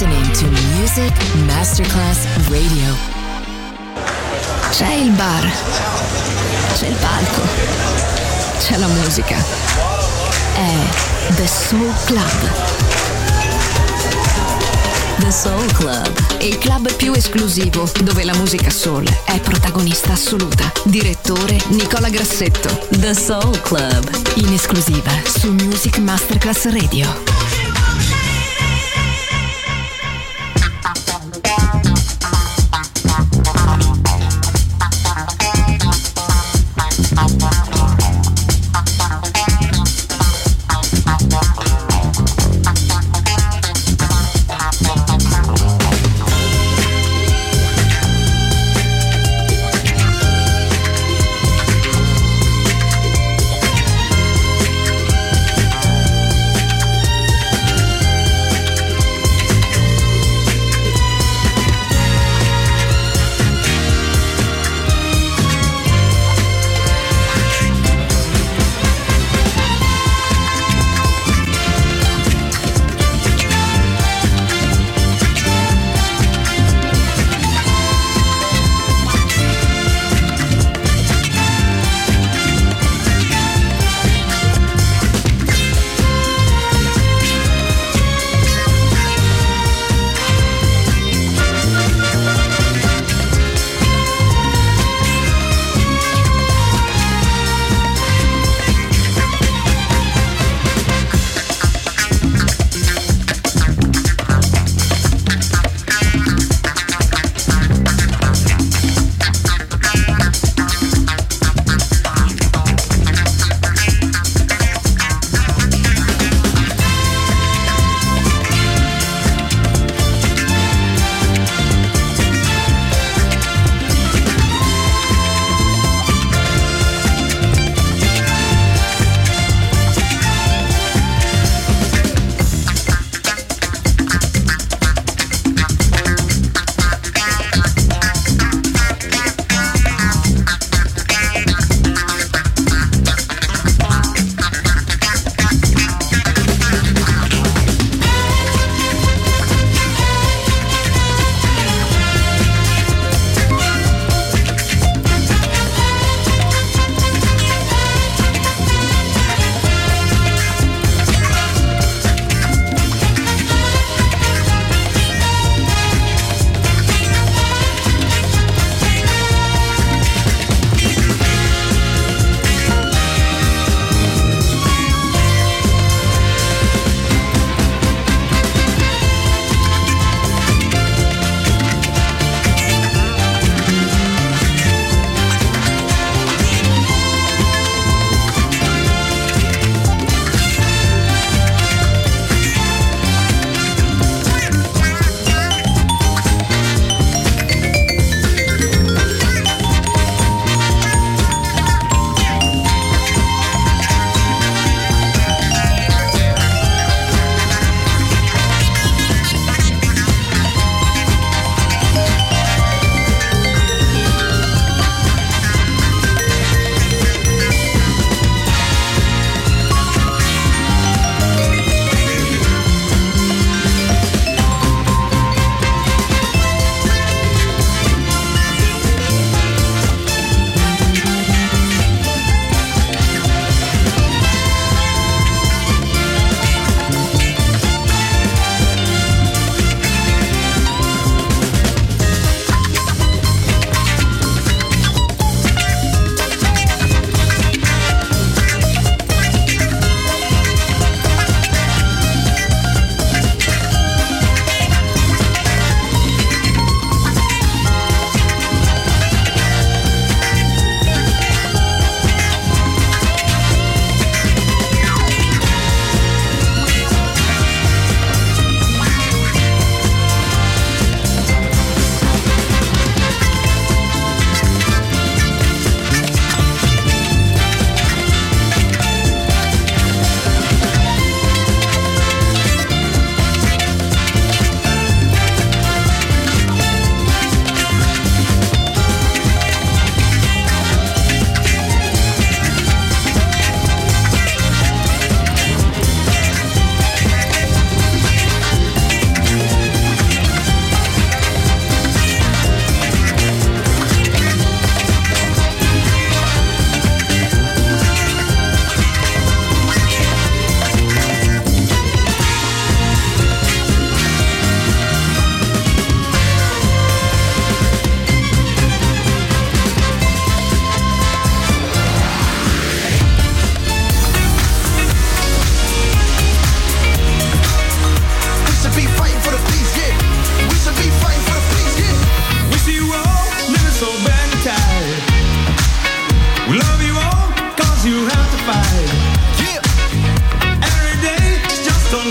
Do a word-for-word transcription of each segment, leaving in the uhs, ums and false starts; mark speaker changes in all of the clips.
Speaker 1: listening to Music Masterclass Radio. C'è il bar, c'è il palco, c'è la musica. È The Soul Club. The Soul Club, il club più esclusivo dove la musica soul è protagonista assoluta. Direttore Nicola Grassetto. The Soul Club, in esclusiva su Music Masterclass Radio.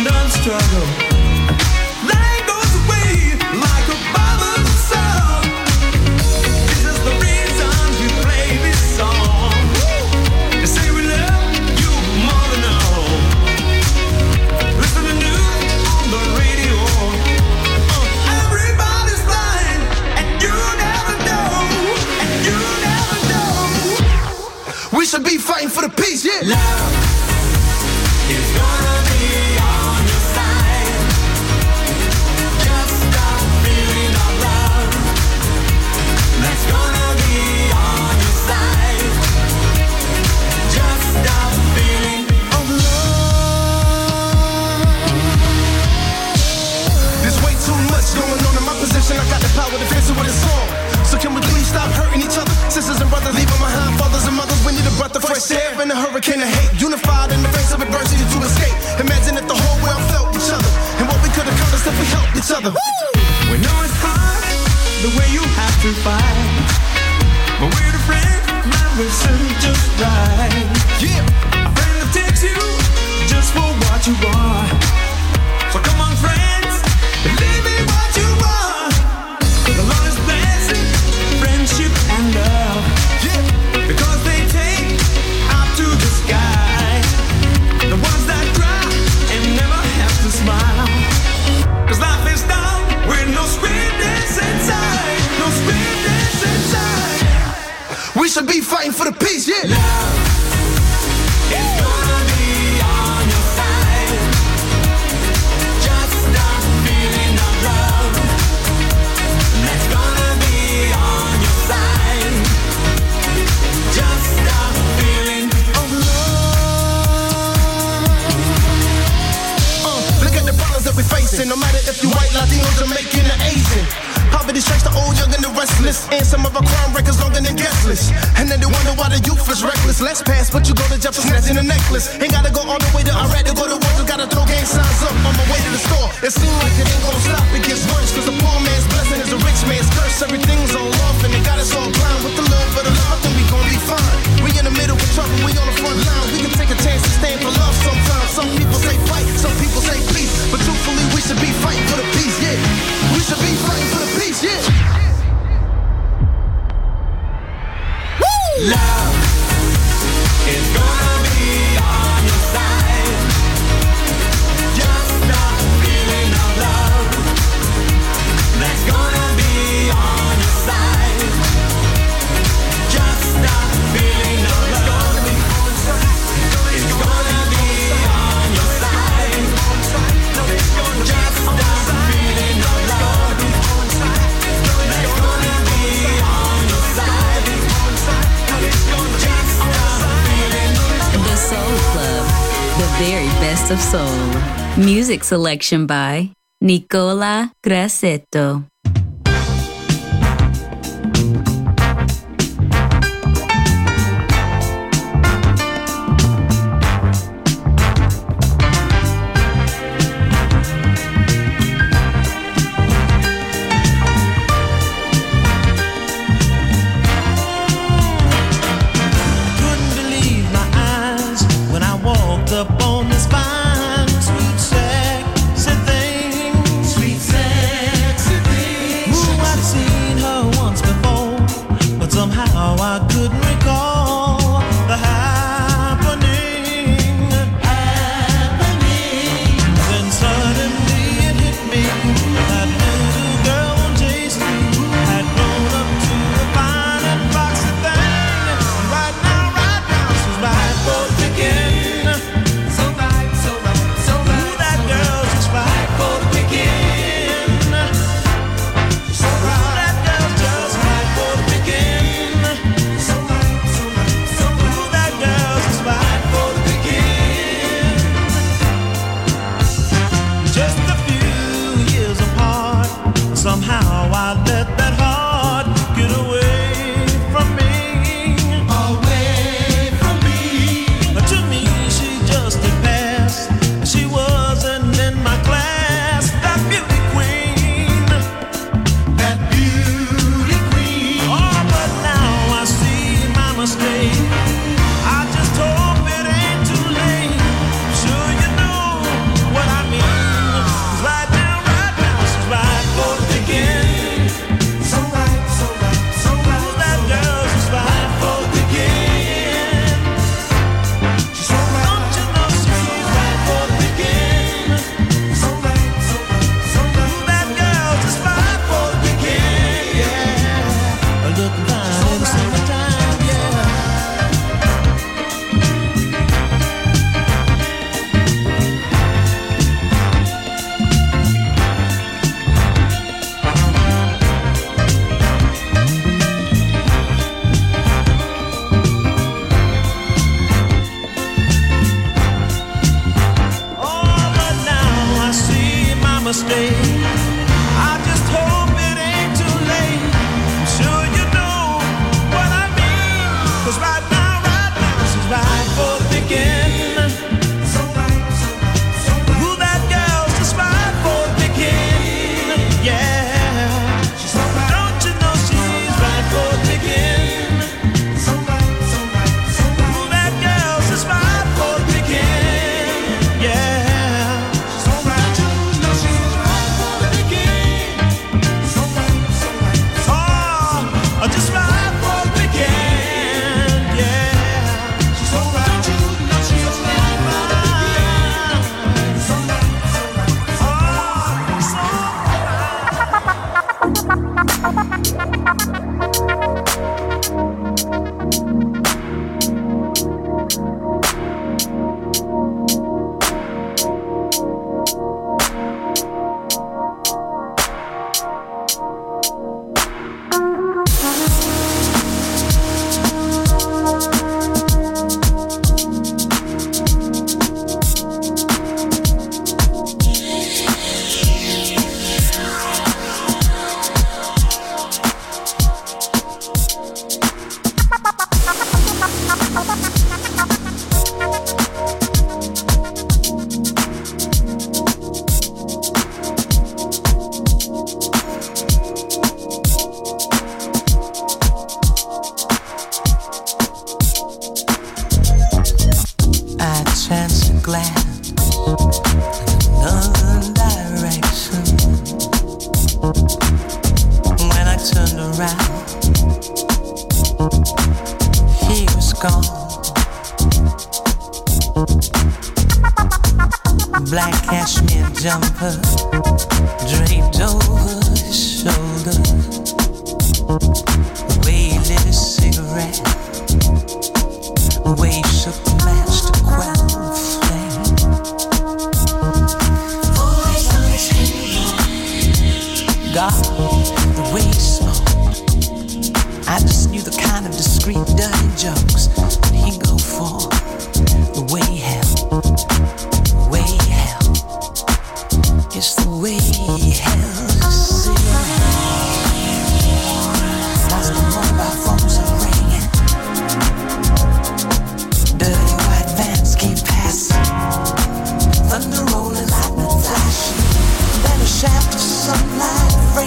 Speaker 2: London struggle. Light goes away like a bubble song. This is the reason we play this song. They say we love you more than all. Listen to news on the radio. Uh, everybody's lying, and you never know, and you never know.
Speaker 3: We should be fighting for the peace, yeah.
Speaker 2: Love is gonna be on your side. Just stop feeling our love. That's gonna be on your side. Just stop feeling of love.
Speaker 3: There's way too much going on in my position. I got the power to fix it with a song. So can we please stop hurting each other? Sisters and brothers leaving behind fathers and mothers. We need a breath of fresh air in a hurricane of hate. Unified in the face of adversity to escape. Imagine if the whole world felt each other and what we could accomplish if we helped each other.
Speaker 2: We know it's hard, the way you have to fight. But we're the friends, now listen just right.
Speaker 3: Yeah,
Speaker 2: A friend that takes you just for what you are. So come on friends, believe in what you are. The Lord is blessing friendship and love.
Speaker 3: yeah.
Speaker 2: Because they take up to the sky. The ones that cry and never have to smile. Cause life is done with no sweetness inside. No sweetness inside.
Speaker 3: We should be fighting for the peace, yeah.
Speaker 2: Love is gonna be on your side. Just stop feeling our love. That's gonna be on your side. Just stop feeling of love.
Speaker 3: Uh, look at the problems that we're facing. No matter if you white, Latino, Jamaican, or Asian. Poverty strikes the old, young, and the restless. And some of our crime records longer than guest lists. And then they wonder why the youth is reckless. Let's pass, but you go to jail for snatching a necklace. Ain't gotta go all the way to Iraq to go to war. Just gotta throw gang signs up on my way to the store. It seems like it ain't gonna stop, it gets worse. Cause a poor man's blessing is a rich man's curse. Everything's on off and they got us all blind. With the love for the love, I think we gon' be fine. We in the middle of trouble, we on the front line. We can take a chance to stand for love sometimes. Some people say fight, some people say peace. But truthfully, we should be fighting for the peace, yeah. We should be fighting for the peace, yeah.
Speaker 2: Love is gonna be on your side. Just stop feeling our love. That's gonna be on your side. Just stop feeling our love. It's gonna be on your side. Just stop feeling our love. That's gonna be on your side.
Speaker 1: The Soul Club, the very best of soul. Music selection by Nicola Grassetto.
Speaker 2: Up on this fine, sweet, sexy thing. Sweet, sexy thing. mistake. I just hope it ain't too late. I'm sure you know what I mean. 'Cause right now, right now, she's right for the picking. So right, so right, so right. Who that girl's just right for the picking. Yeah. She's so right. Don't you know she's right for the picking. So right, so right, so right. Who that girl's just right for the picking. Yeah.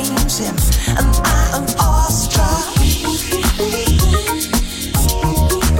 Speaker 4: Him, and I am awestruck.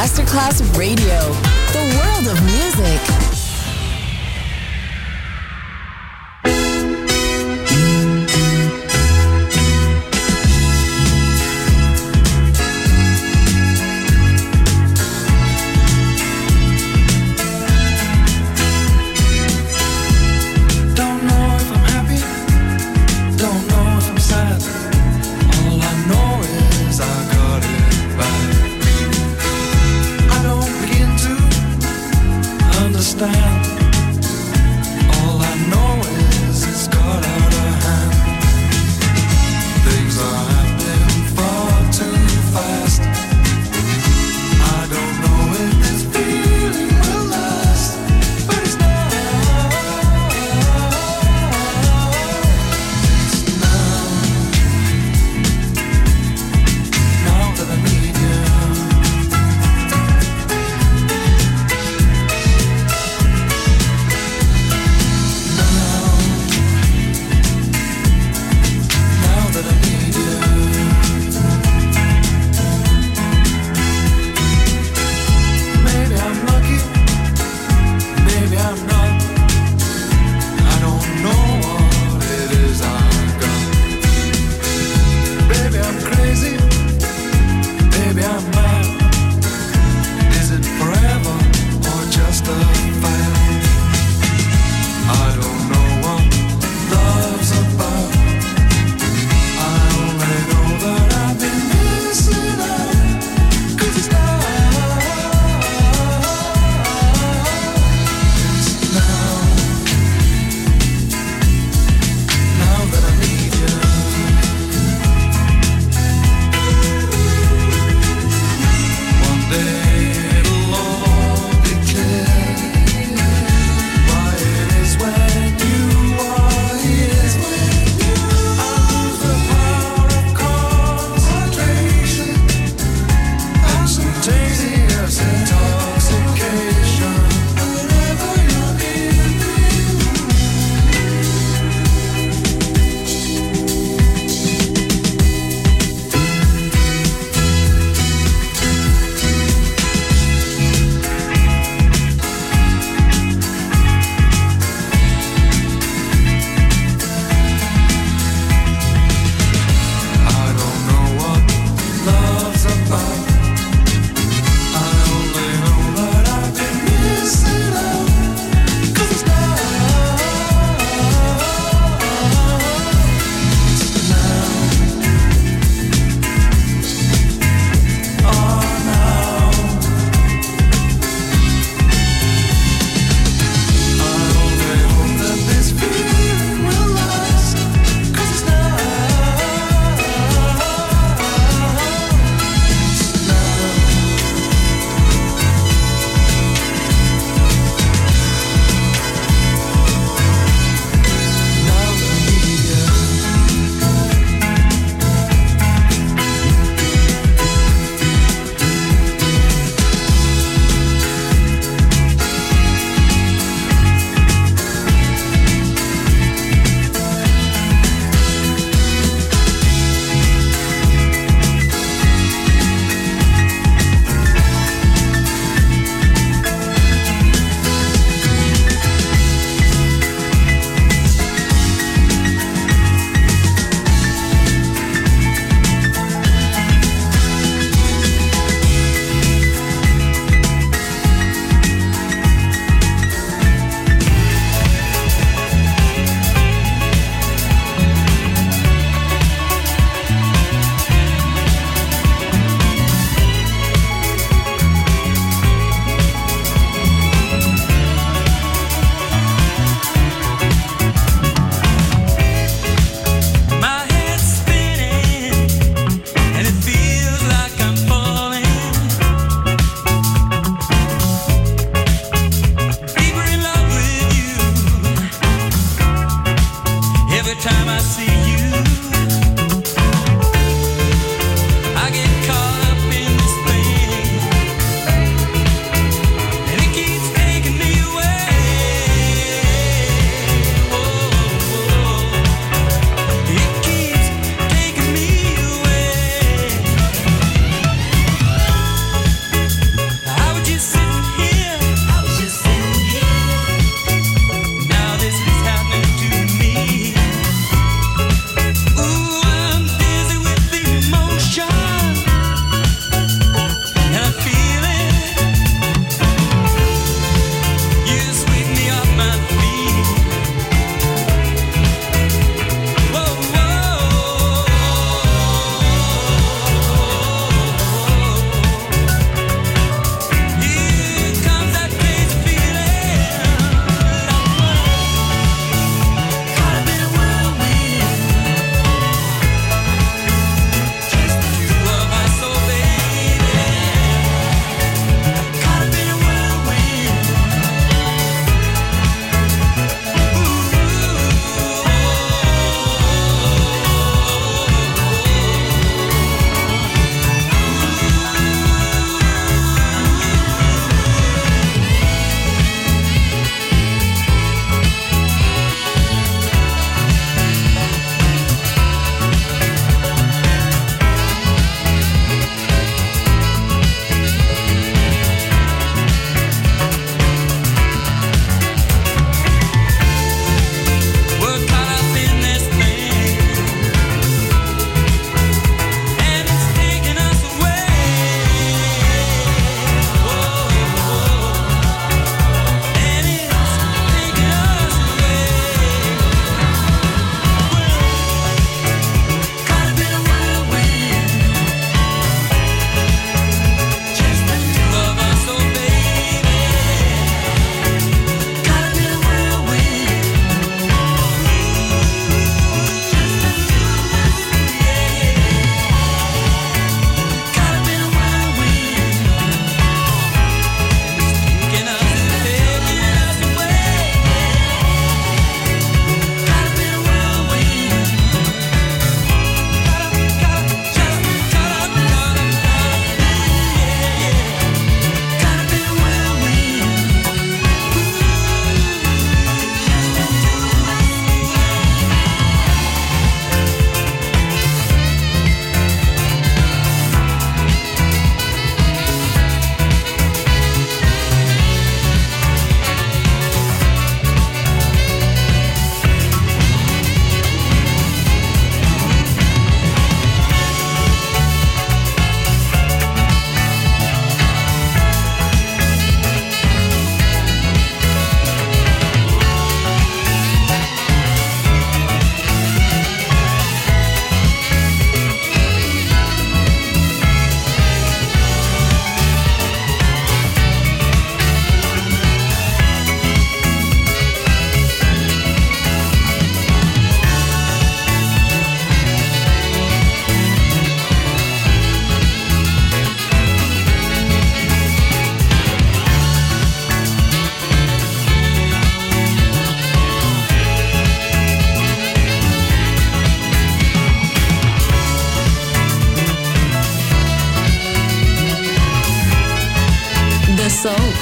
Speaker 1: Masterclass Radio, the world of music.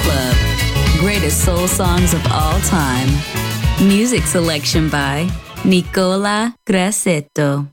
Speaker 4: Club. Greatest soul songs of all time. Music selection by Nicola Grassetto.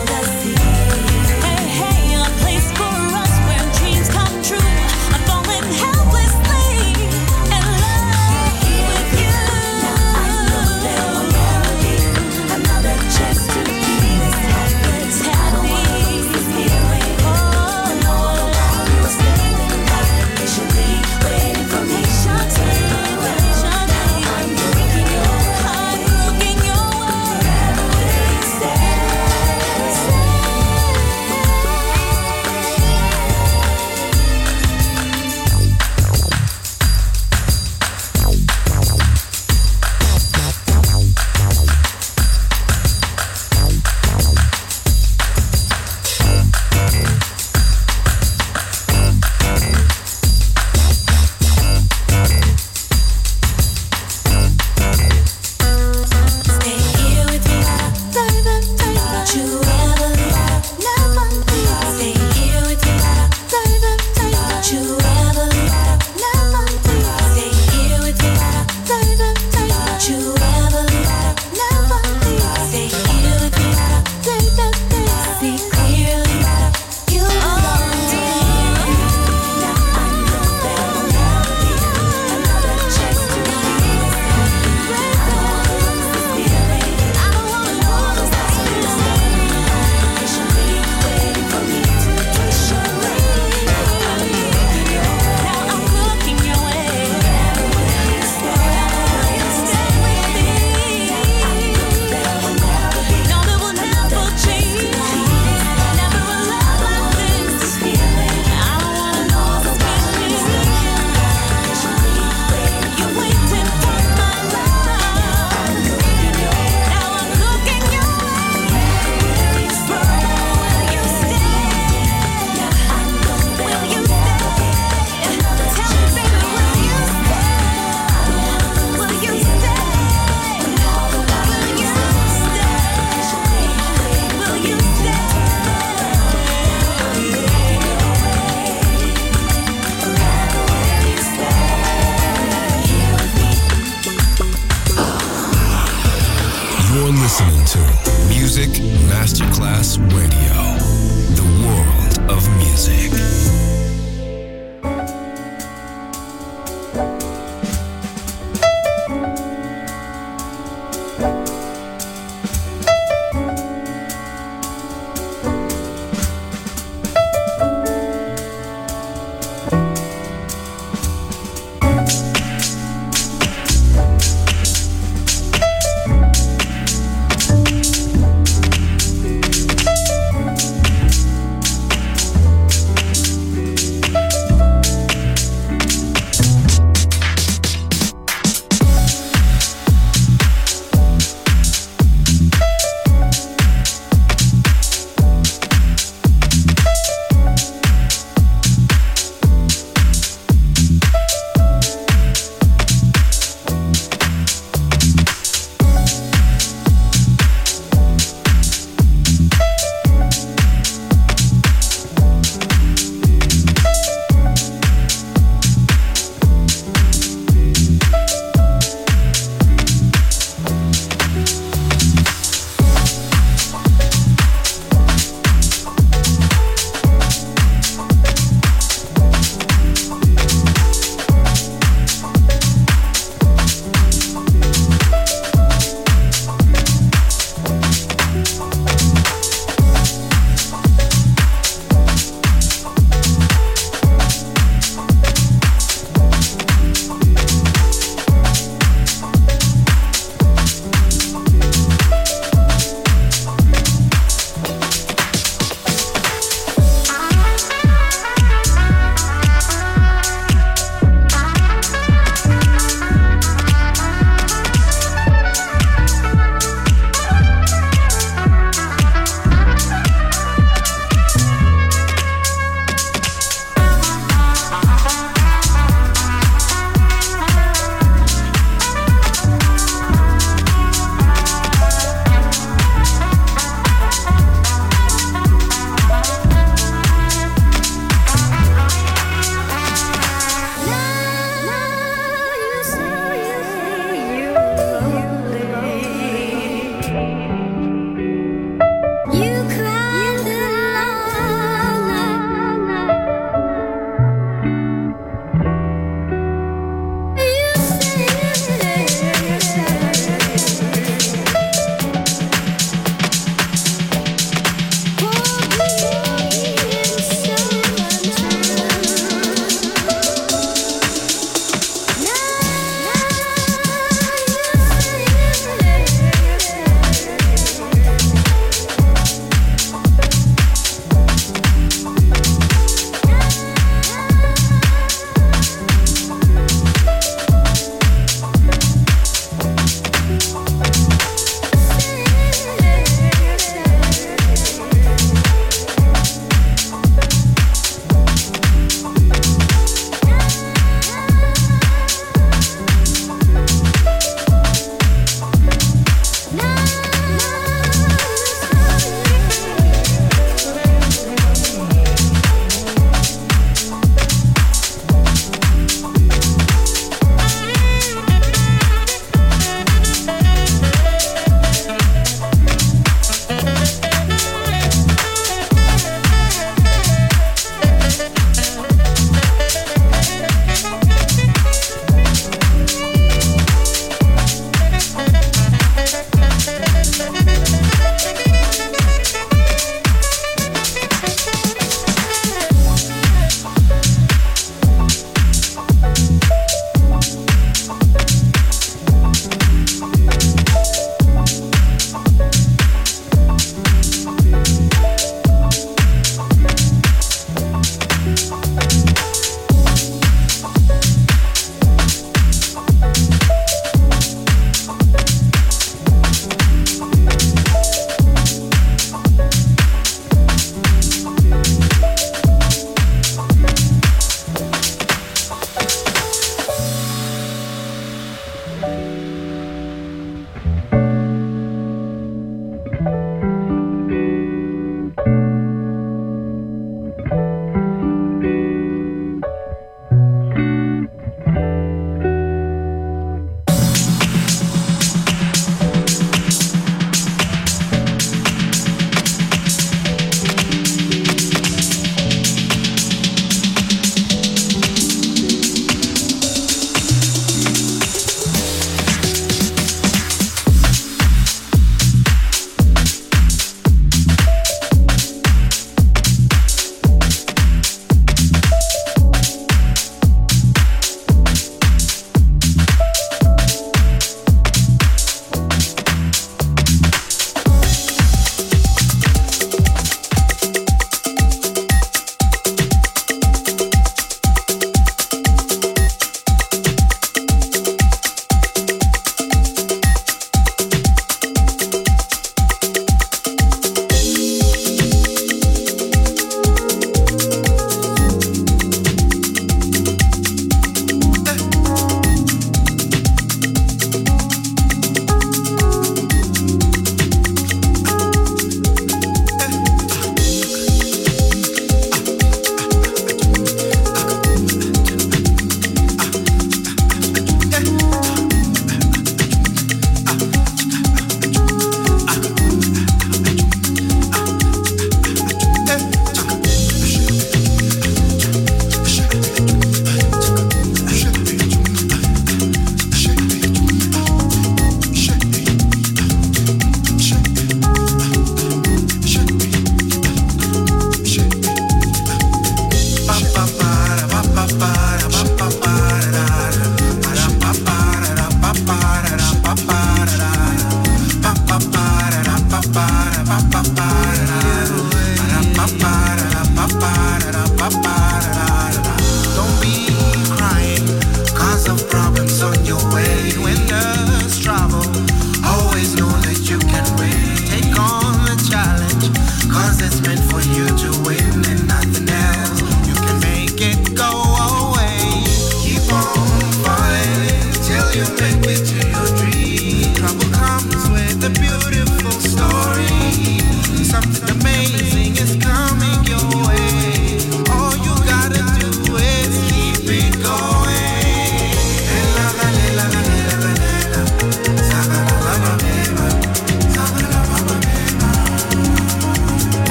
Speaker 5: Falling to Music Masterclass Radio, the world of music.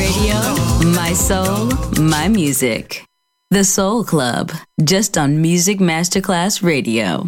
Speaker 4: Radio, my soul, my music. The Soul Club, just on Music Masterclass Radio.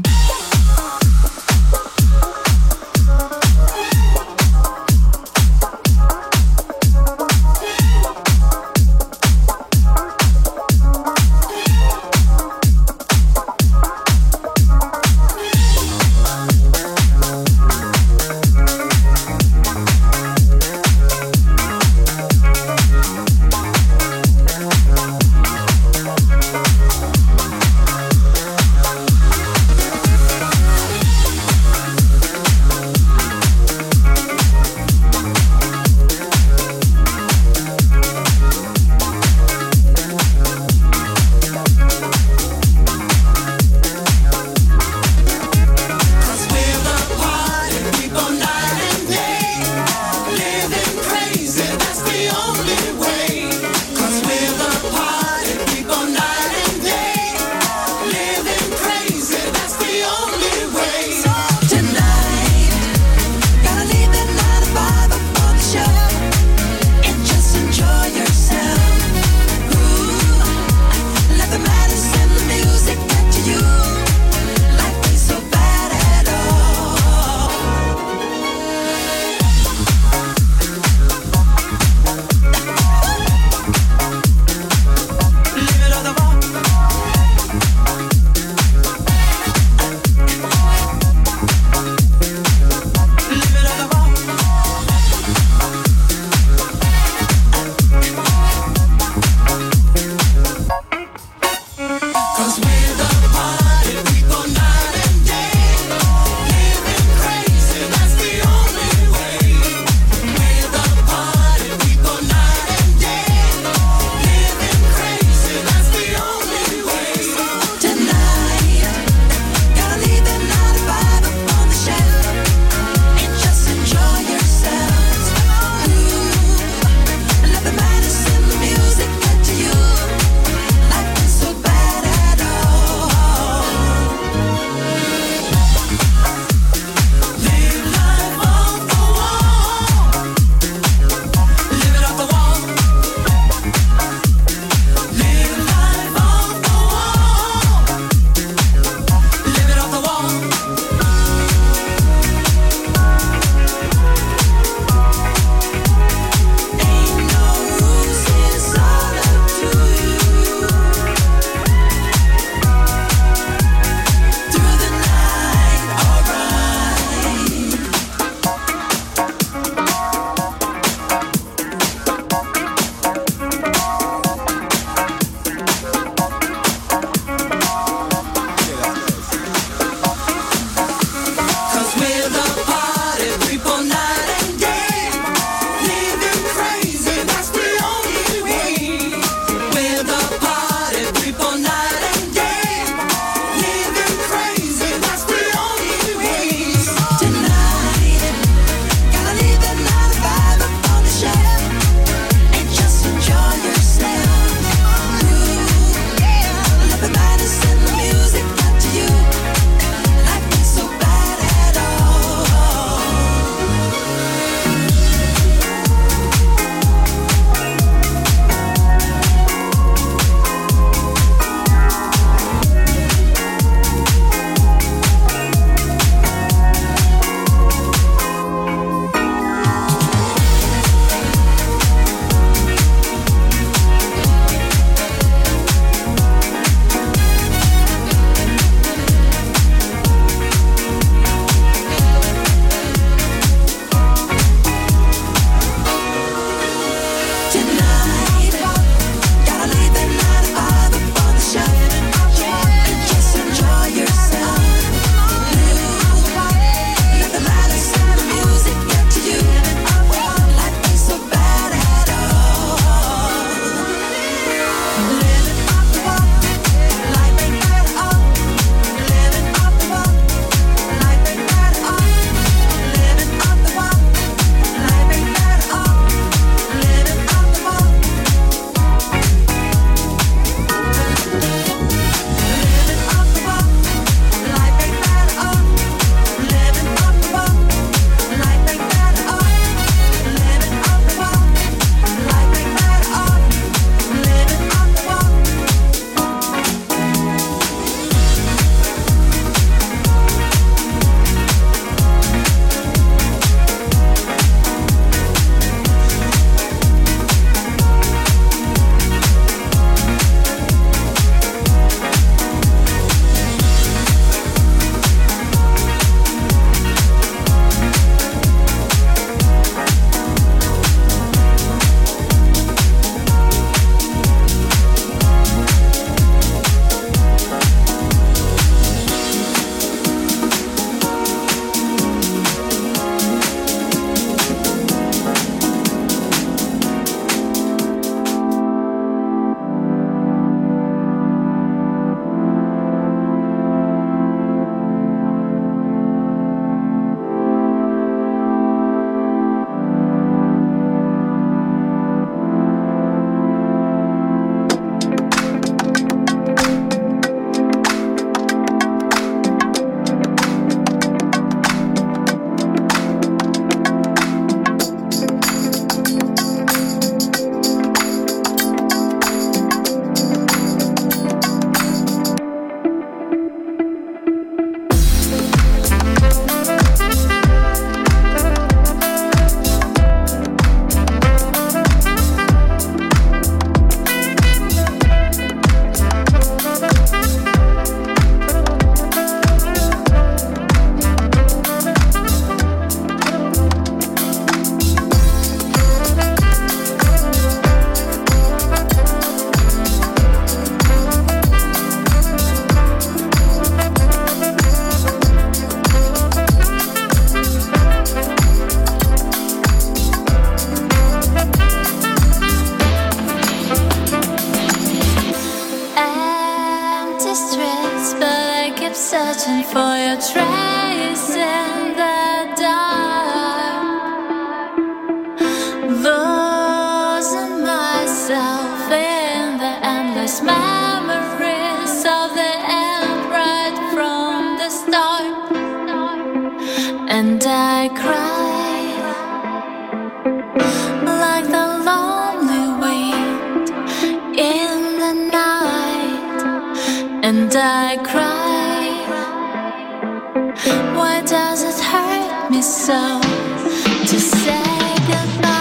Speaker 6: your trace in the dark, losing myself in the endless memories of the end right from the start. And I cried like the lonely wind in the night. And I cried, why does it hurt me so to say goodbye?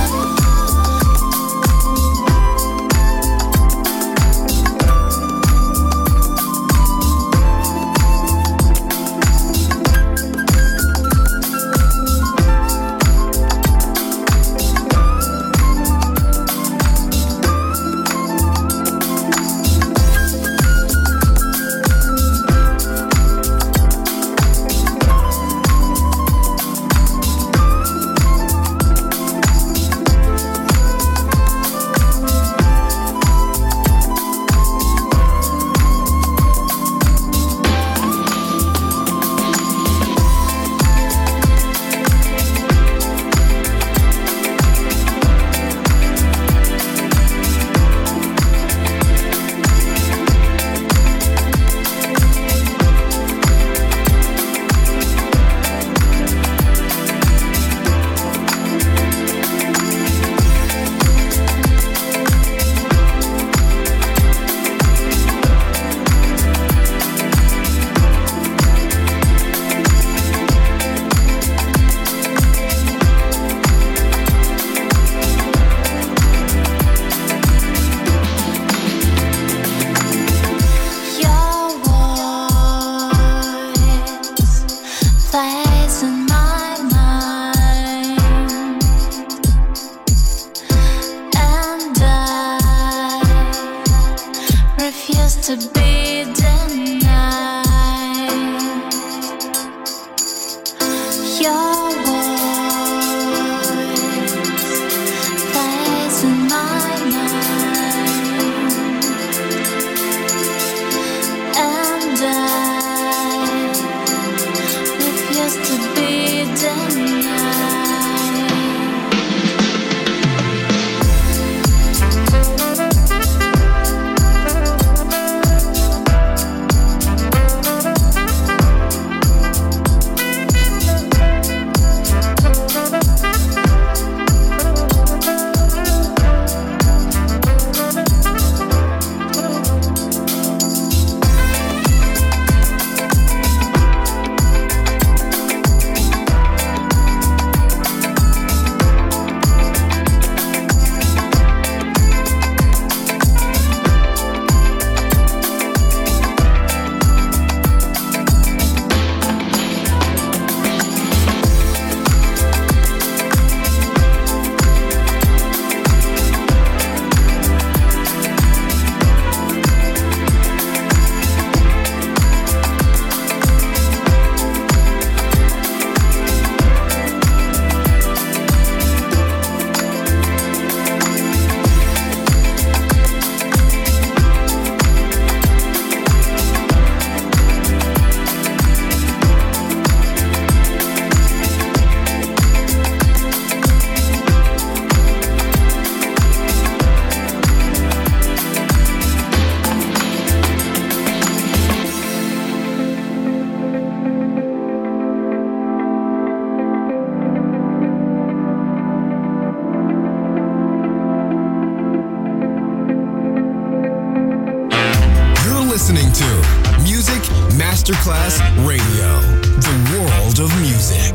Speaker 6: To be denied. Your voice plays in my mind, and I refuse to be denied.
Speaker 5: Listening to Music Masterclass Radio, the world of music.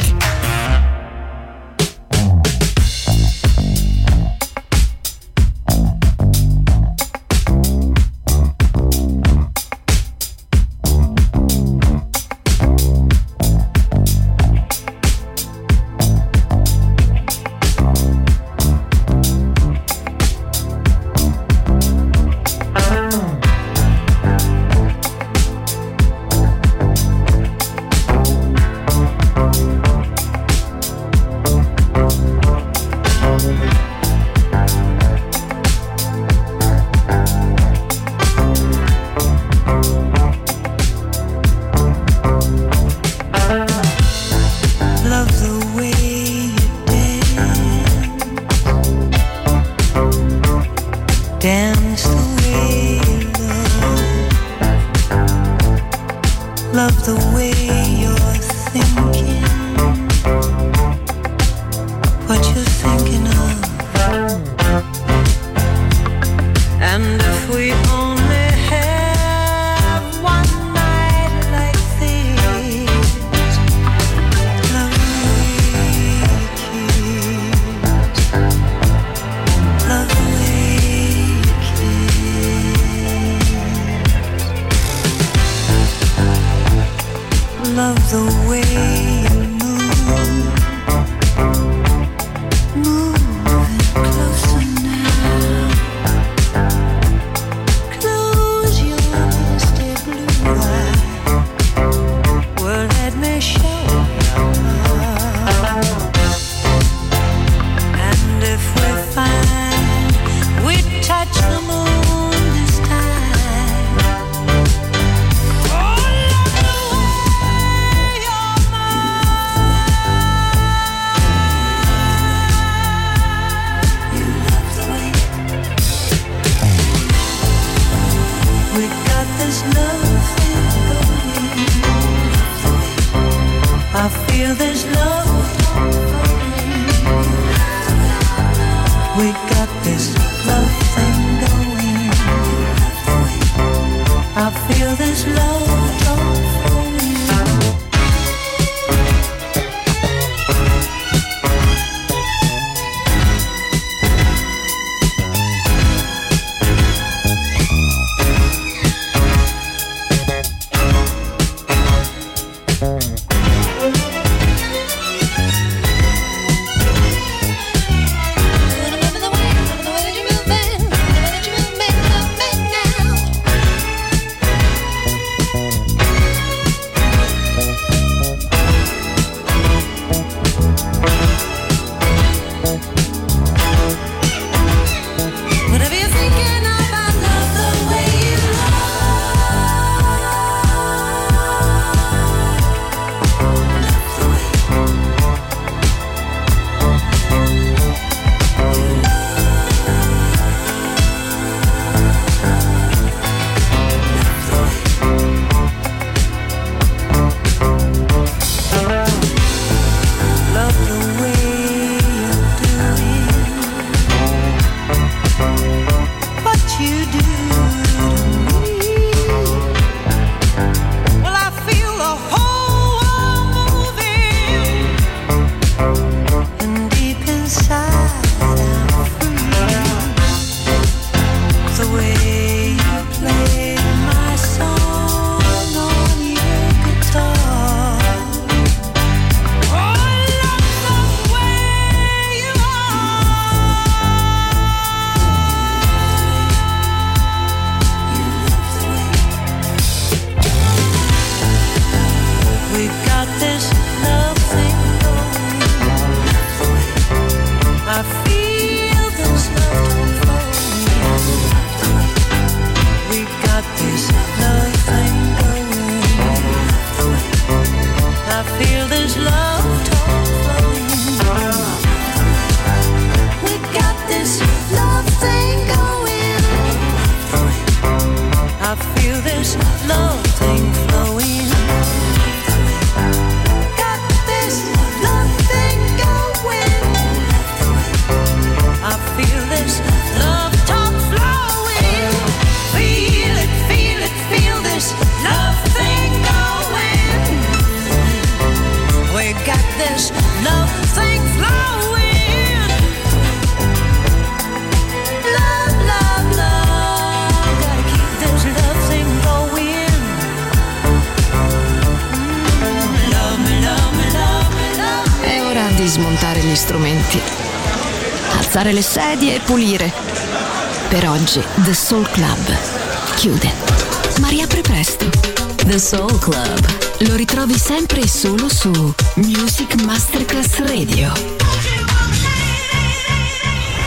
Speaker 1: strumenti, alzare le sedie e pulire. Per oggi The Soul Club chiude, ma riapre presto. The Soul Club lo ritrovi sempre e solo su Music Masterclass Radio.